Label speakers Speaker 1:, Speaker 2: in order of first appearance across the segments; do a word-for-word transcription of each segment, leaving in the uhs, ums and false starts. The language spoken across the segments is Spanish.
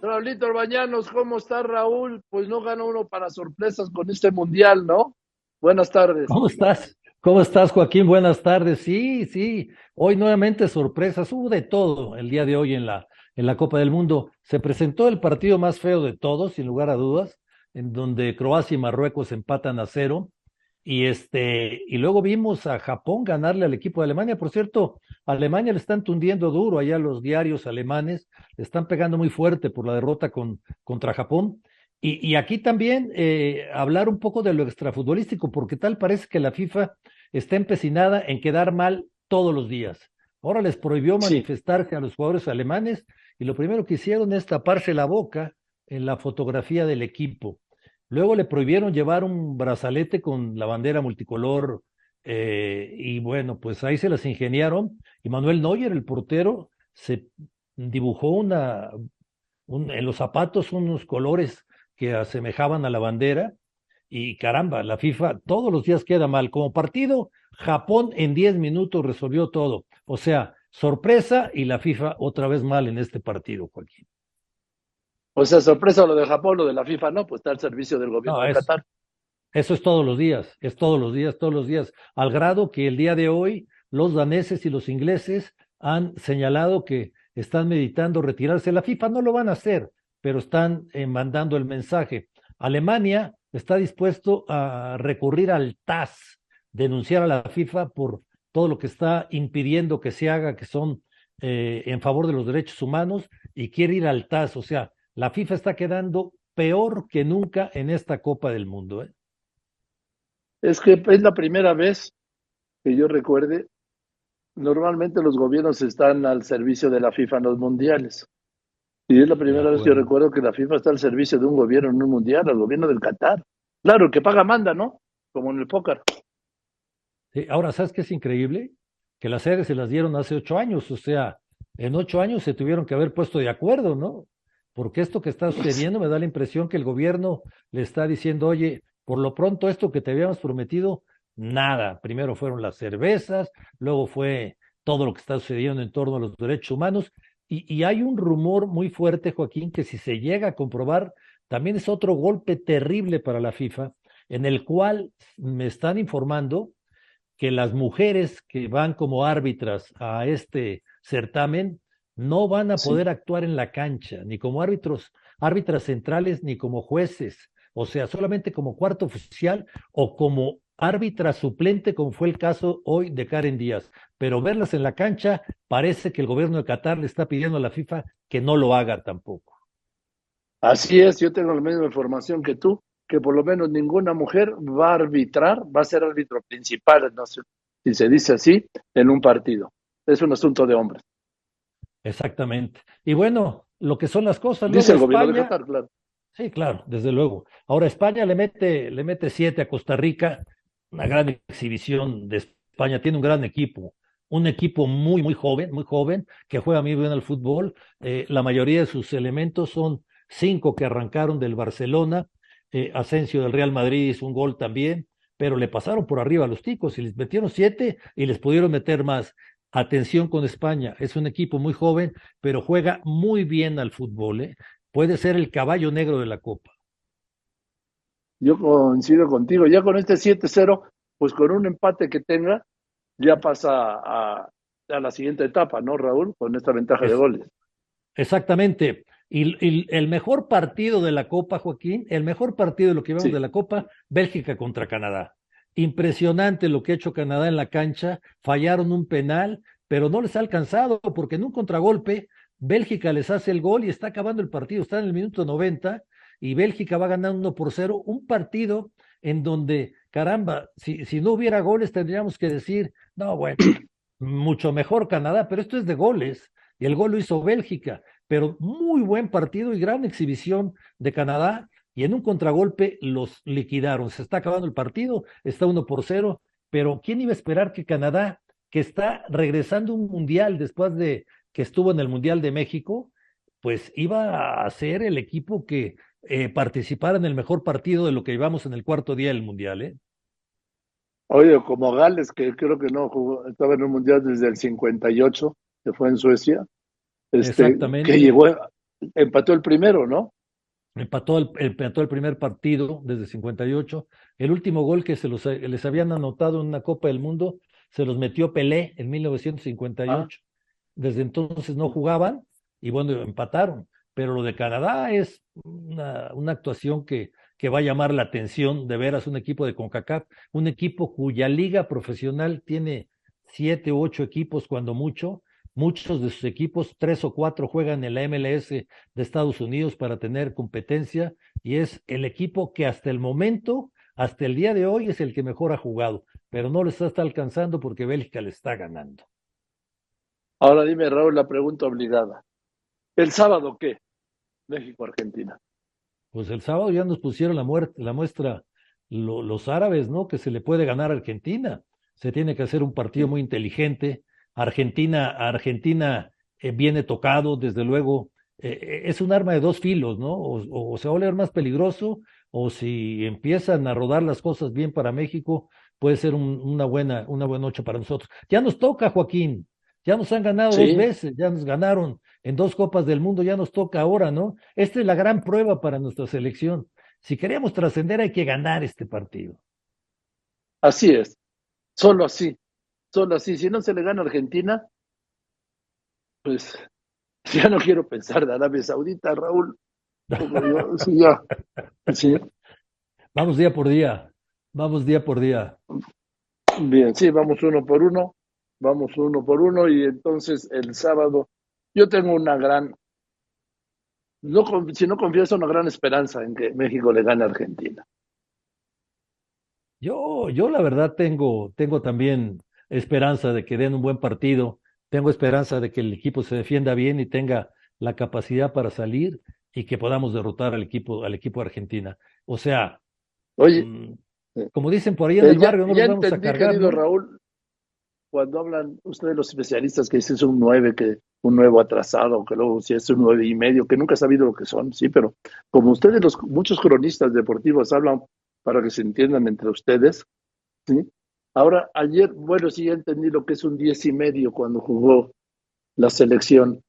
Speaker 1: Raulito Orbañanos, ¿cómo está Raúl? Pues no gana uno para sorpresas con este mundial, ¿no? Buenas tardes.
Speaker 2: ¿Cómo estás? ¿Cómo estás, Joaquín? Buenas tardes. Sí, sí. Hoy nuevamente sorpresas. Hubo de todo el día de hoy en la, en la Copa del Mundo. Se presentó el partido más feo de todos, sin lugar a dudas, en donde Croacia y Marruecos empatan a cero. Y este, y luego vimos a Japón ganarle al equipo de Alemania. Por cierto, a Alemania le están tundiendo duro allá los diarios alemanes, le están pegando muy fuerte por la derrota con, contra Japón. Y, y aquí también eh, hablar un poco de lo extrafutbolístico, porque tal parece que la FIFA está empecinada en quedar mal todos los días. Ahora les prohibió
Speaker 1: Sí.
Speaker 2: manifestarse a los jugadores alemanes y lo primero que hicieron es taparse la boca en la fotografía del equipo. Luego le prohibieron llevar un brazalete con la bandera multicolor eh, y bueno, pues ahí se las ingeniaron y Manuel Neuer, el portero, se dibujó una, un- en los zapatos unos colores que asemejaban a la bandera y caramba, la FIFA todos los días queda mal. Como partido, Japón en diez minutos resolvió todo. O sea, sorpresa y la FIFA otra vez mal en este partido, Joaquín.
Speaker 1: O sea, sorpresa lo de Japón, lo de la FIFA, no, pues está al servicio del gobierno
Speaker 2: No,
Speaker 1: de
Speaker 2: es,
Speaker 1: Qatar.
Speaker 2: eso es todos los días, es todos los días, todos los días, al grado que el día de hoy los daneses y los ingleses han señalado que están meditando retirarse. La FIFA no lo van a hacer, pero están eh, mandando el mensaje. Alemania está dispuesto a recurrir al T A S, denunciar a la FIFA por todo lo que está impidiendo que se haga, que son eh, en favor de los derechos humanos, y quiere ir al T A S. O sea, la FIFA está quedando peor que nunca en esta Copa del Mundo, ¿eh?
Speaker 1: Es que es la primera vez que yo recuerde, normalmente los gobiernos están al servicio de la FIFA en los mundiales. Y es la
Speaker 2: De
Speaker 1: primera vez que yo
Speaker 2: acuerdo.
Speaker 1: recuerdo que la FIFA está al servicio de un gobierno en un mundial, al gobierno del Qatar. Claro, el que paga manda, ¿no? Como en el póker.
Speaker 2: Sí, ahora, ¿sabes qué es increíble? Que las sedes se las dieron hace ocho años, o sea, en ocho años se tuvieron que haber puesto de acuerdo, ¿no? Porque esto que está sucediendo me da la impresión que el gobierno le está diciendo, oye, por lo pronto esto que te habíamos prometido, nada. Primero fueron las cervezas, luego fue todo lo que está sucediendo en torno a los derechos humanos, y, y hay un rumor muy fuerte, Joaquín, que si se llega a comprobar, también es otro golpe terrible para la FIFA, en el cual me están informando que las mujeres que van como árbitras a este certamen no van a
Speaker 1: Sí.
Speaker 2: poder actuar en la cancha, ni como árbitros, árbitras centrales, ni como jueces, o sea, solamente como cuarto oficial o como árbitra suplente, como fue el caso hoy de Karen Díaz. Pero verlas en la cancha, parece que el gobierno de Qatar le está pidiendo a la FIFA que no lo haga tampoco.
Speaker 1: Así es, yo tengo la misma información que tú, que por lo menos ninguna mujer va a arbitrar, va a ser árbitro principal, no sé si se dice así, en un partido. Es un asunto de hombres.
Speaker 2: Exactamente. Y bueno, lo que son las cosas,
Speaker 1: Dice
Speaker 2: luego
Speaker 1: el gobierno de
Speaker 2: España.
Speaker 1: Qatar, claro.
Speaker 2: Sí, claro, desde luego. Ahora España le mete, le mete siete a Costa Rica, una gran exhibición de España, tiene un gran equipo, un equipo muy, muy joven, muy joven, que juega muy bien al fútbol. Eh, la mayoría de sus elementos son cinco que arrancaron del Barcelona, eh, Asensio del Real Madrid hizo un gol también, pero le pasaron por arriba a los ticos y les metieron siete y les pudieron meter más. Atención con España, es un equipo muy joven, pero juega muy bien al fútbol, ¿eh? Puede ser el caballo negro de la Copa.
Speaker 1: Yo coincido contigo. Ya con este siete cero, pues con un empate que tenga, ya pasa a, a la siguiente etapa, ¿no, Raúl? Con esta ventaja de
Speaker 2: Es,
Speaker 1: goles.
Speaker 2: exactamente. Y, y el mejor partido de la Copa, Joaquín, el mejor partido de lo que vemos de
Speaker 1: Sí.
Speaker 2: la Copa, Bélgica contra Canadá. Impresionante lo que ha hecho Canadá en la cancha. Fallaron un penal, pero no les ha alcanzado porque en un contragolpe Bélgica les hace el gol y está acabando el partido. Está en el minuto noventa y Bélgica va ganando uno por cero. Un partido en donde, caramba, si, si no hubiera goles tendríamos que decir, no, bueno, mucho mejor Canadá, pero esto es de goles y el gol lo hizo Bélgica, pero muy buen partido y gran exhibición de Canadá y en un contragolpe los liquidaron. Se está acabando el partido, está uno por cero, pero ¿quién iba a esperar que Canadá, que está regresando un mundial después de que estuvo en el Mundial de México, pues iba a ser el equipo que eh, participara en el mejor partido de lo que llevamos en el cuarto día del mundial, ¿eh?
Speaker 1: Oye, como Gales, que creo que no jugó, estaba en un mundial desde el cincuenta y ocho, que fue en Suecia, este, que
Speaker 2: Exactamente.
Speaker 1: llegó, empató el primero, ¿no?
Speaker 2: Empató el, empató el primer partido desde cincuenta y ocho. El último gol que se los, les habían anotado en una Copa del Mundo se los metió Pelé en mil novecientos cincuenta y
Speaker 1: Ah,
Speaker 2: ocho. Desde entonces no jugaban y bueno, empataron. Pero lo de Canadá es una, una actuación que, que va a llamar la atención de veras un equipo de CONCACAF, un equipo cuya liga profesional tiene siete u ocho equipos cuando mucho. Muchos de sus equipos, tres o cuatro, juegan en la M L S de Estados Unidos para tener competencia y es el equipo que hasta el momento, hasta el día de hoy, es el que mejor ha jugado, pero no les está alcanzando porque Bélgica le está ganando.
Speaker 1: ahora dime, Raúl, la pregunta obligada. ¿El sábado qué? México-Argentina.
Speaker 2: Pues el sábado ya nos pusieron la, muerte, la muestra lo, los árabes, ¿no? Que se le puede ganar a Argentina. Se tiene que hacer un partido
Speaker 1: Sí,
Speaker 2: muy inteligente. Argentina, Argentina eh, viene tocado, desde luego. Eh, eh, es un arma de dos filos, ¿no? O, o se va a volver más peligroso, o si empiezan a rodar las cosas bien para México, puede ser un- una buena, una buena noche para nosotros. Ya nos toca, Joaquín. Ya nos han ganado dos
Speaker 1: sí,
Speaker 2: veces, ya nos ganaron en dos Copas del Mundo, ya nos toca ahora, ¿no? Esta es la gran prueba para nuestra selección. Si queremos trascender, hay que ganar este partido.
Speaker 1: así es. Solo así, solo así. Si no se le gana a Argentina, pues ya no quiero pensar de Arabia Saudita, Raúl. Como yo, sí, ya, sí.
Speaker 2: Vamos día por día, vamos día por día.
Speaker 1: Bien, sí, vamos uno por uno, vamos uno por uno y entonces el sábado yo tengo una gran, no, con- si no confieso, una gran esperanza en que México le gane a Argentina.
Speaker 2: Yo, yo la verdad tengo, tengo también esperanza de que den un buen partido, tengo esperanza de que el equipo se defienda bien y tenga la capacidad para salir y que podamos derrotar al equipo, al equipo de Argentina. O sea,
Speaker 1: Oye,
Speaker 2: mm,
Speaker 1: eh,
Speaker 2: como dicen por ahí en
Speaker 1: eh,
Speaker 2: el
Speaker 1: ya,
Speaker 2: barrio, no
Speaker 1: ya
Speaker 2: los vamos a
Speaker 1: entendí,
Speaker 2: cargar,
Speaker 1: querido
Speaker 2: ¿no?
Speaker 1: Raúl, cuando hablan ustedes los especialistas que ese es un nueve, que un nuevo atrasado, que luego si es un nueve y medio, que nunca he sabido lo que son, sí, pero como ustedes, los muchos cronistas deportivos hablan para que se entiendan entre ustedes, sí. Ahora, ayer, bueno, sí ya entendí lo que es un diez y medio cuando jugó la selección,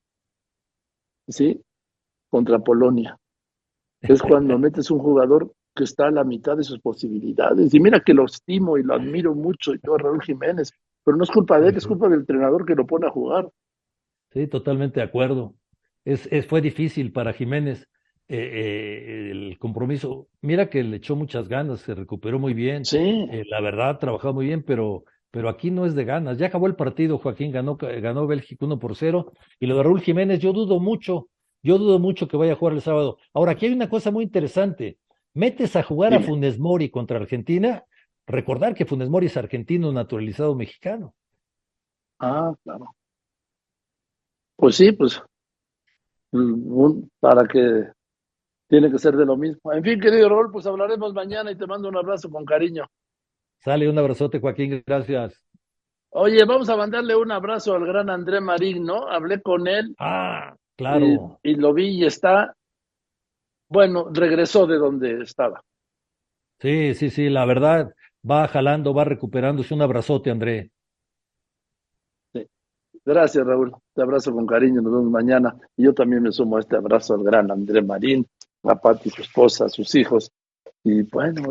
Speaker 1: sí, contra Polonia. Es cuando metes un jugador que está a la mitad de sus posibilidades. Y mira que lo estimo y lo admiro mucho, y todo Raúl Jiménez, pero no es culpa de
Speaker 2: Sí,
Speaker 1: él, es
Speaker 2: sí.
Speaker 1: culpa del entrenador que lo pone a jugar.
Speaker 2: Sí, totalmente de acuerdo. Es, es- fue difícil para Jiménez eh, eh, el compromiso. Mira que le echó muchas ganas, se recuperó muy bien.
Speaker 1: Sí,
Speaker 2: Eh, la verdad, trabajó muy bien, pero, pero aquí no es de ganas. Ya acabó el partido, Joaquín ganó, ca- ganó Bélgica uno por cero. Y lo de Raúl Jiménez, yo dudo mucho, yo dudo mucho que vaya a jugar el sábado. Ahora, aquí hay una cosa muy interesante. Metes a jugar a
Speaker 1: dime.
Speaker 2: Funes Mori contra Argentina, recordar que Funes Mori es argentino naturalizado mexicano.
Speaker 1: Ah, claro. Pues sí, pues mm, un- para que tiene que ser de lo mismo. En fin, querido Raúl, pues hablaremos mañana y te mando un abrazo con cariño.
Speaker 2: Sale un abrazote, Joaquín, gracias.
Speaker 1: Oye, vamos a mandarle un abrazo al gran André Marín, ¿no? Hablé con él
Speaker 2: Ah,
Speaker 1: y,
Speaker 2: claro.
Speaker 1: y lo vi y está, bueno, regresó de donde estaba.
Speaker 2: Sí, sí, sí, la verdad, va jalando, va recuperándose. Un abrazote, André.
Speaker 1: Sí. Gracias, Raúl. Te abrazo con cariño. Nos vemos mañana. Y yo también me sumo a este abrazo al gran André Marín, a Pati, su esposa, a sus hijos. Y bueno,